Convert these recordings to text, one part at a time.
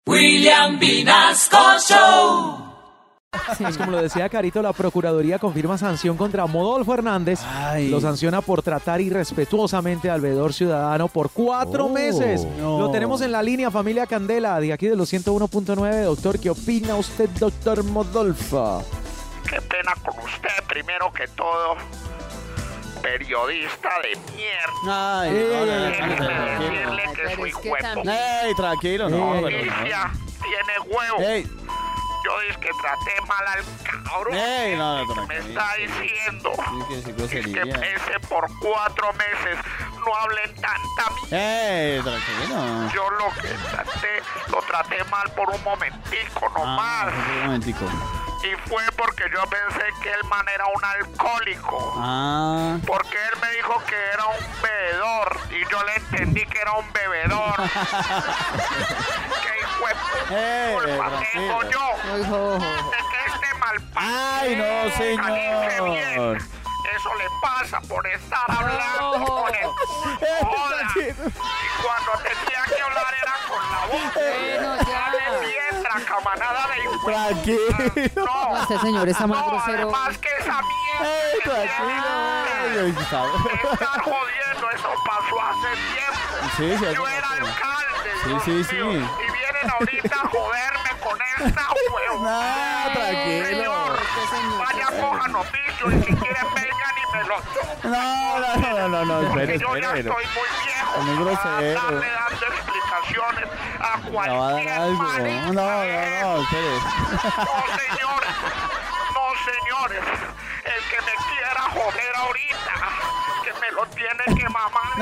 William Vinasco Show. Pues como lo decía Carito, la Procuraduría confirma sanción contra Modolfo Hernández. Lo sanciona por tratar irrespetuosamente al veedor ciudadano por 4 meses. No. Lo tenemos en la línea, familia Candela, de aquí de los 101.9. Doctor, ¿qué opina usted, doctor Modolfo? Qué pena con usted, primero que todo. Periodista de mierda. Ay, Déjeme decirle que soy huevo. Ey, tranquilo, no. Noticia tiene huevo. Ey, Yo dije que traté mal al cabrón. ey, no, Me tranquilo. está diciendo Sí, que grosería. pese por 4 meses. No hablen tanta mierda. Ey, tranquilo. Yo lo traté mal por un momentico nomás. Un momentico. Y fue porque yo pensé que el man era un alcohólico. Ah, Porque él me dijo que era un bebedor y yo le entendí que era un bebedor. ¿Qué hijo de culpa tengo tranquilo. yo? De que este mal Ay, no, señor. Eso le pasa por estar hablando con el joda. Y cuando tenía que hablar era con la voz. Hable bien, tracamanada de hijo de Tranquilo. No, Este señor está más no, grosero. además que esa Ey, mierda que tranquilo. Ey, ¿sabe? estar jodiendo, eso pasó hace tiempo. Sí, sí, Yo hace era rato. alcalde, Sí, Dios sí, sí. mío, y vienen ahorita a joderme con esta huevo. No, tranquilo. Señor, vaya, cojan oficio y si quieren vengan y me los No, porque espere, yo ya espere. estoy muy viejo Es muy para grosero. darle dando explicaciones a Le va a dar cualquier algo. marica. No, espere. No, señores. No, señores. El que me quiera joder ahorita, que me lo tiene que mamar.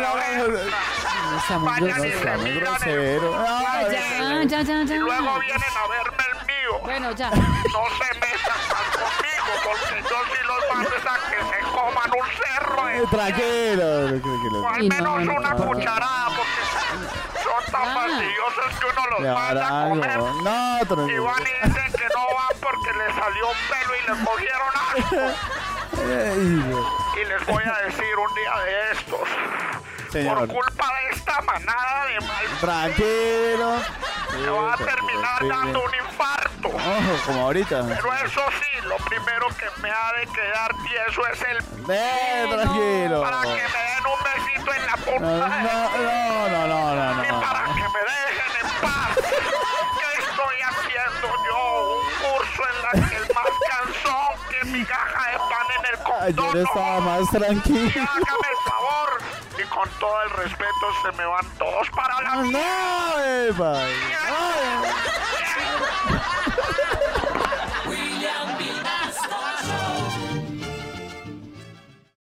No. Está muy Vayan y grosero. se Está muy miran grosero. Ya. y luego vienen a verme el mío. Bueno, ya. No se metan más conmigo, porque yo sí los mando es a que se coman un cerro de Tranquilo. o al Sí, menos no, una porque- cucharada, porque son tan fastidiosos que uno los Le va a manda dar a comer. algo. No, Y tranquilo. van y dicen que no van porque les salió un pelo y les cogieron asco. Y les voy a decir un día de estos, Señor. por culpa de esta manada de mal, Tranquilo. me va a terminar dando un infarto. Ojo, como ahorita. Pero eso sí, lo primero que me ha de quedar tieso es el Tranquilo. para que me den un besito en la No, punta de y no. para que me dejen en paz. ¿Qué estoy haciendo yo? Un curso en la que el más cansón que migaja de pan en el Ayer condón. estaba más Y tranquilo. hágame el favor. Y con todo el respeto se me van todos para la mierda. No, Eva.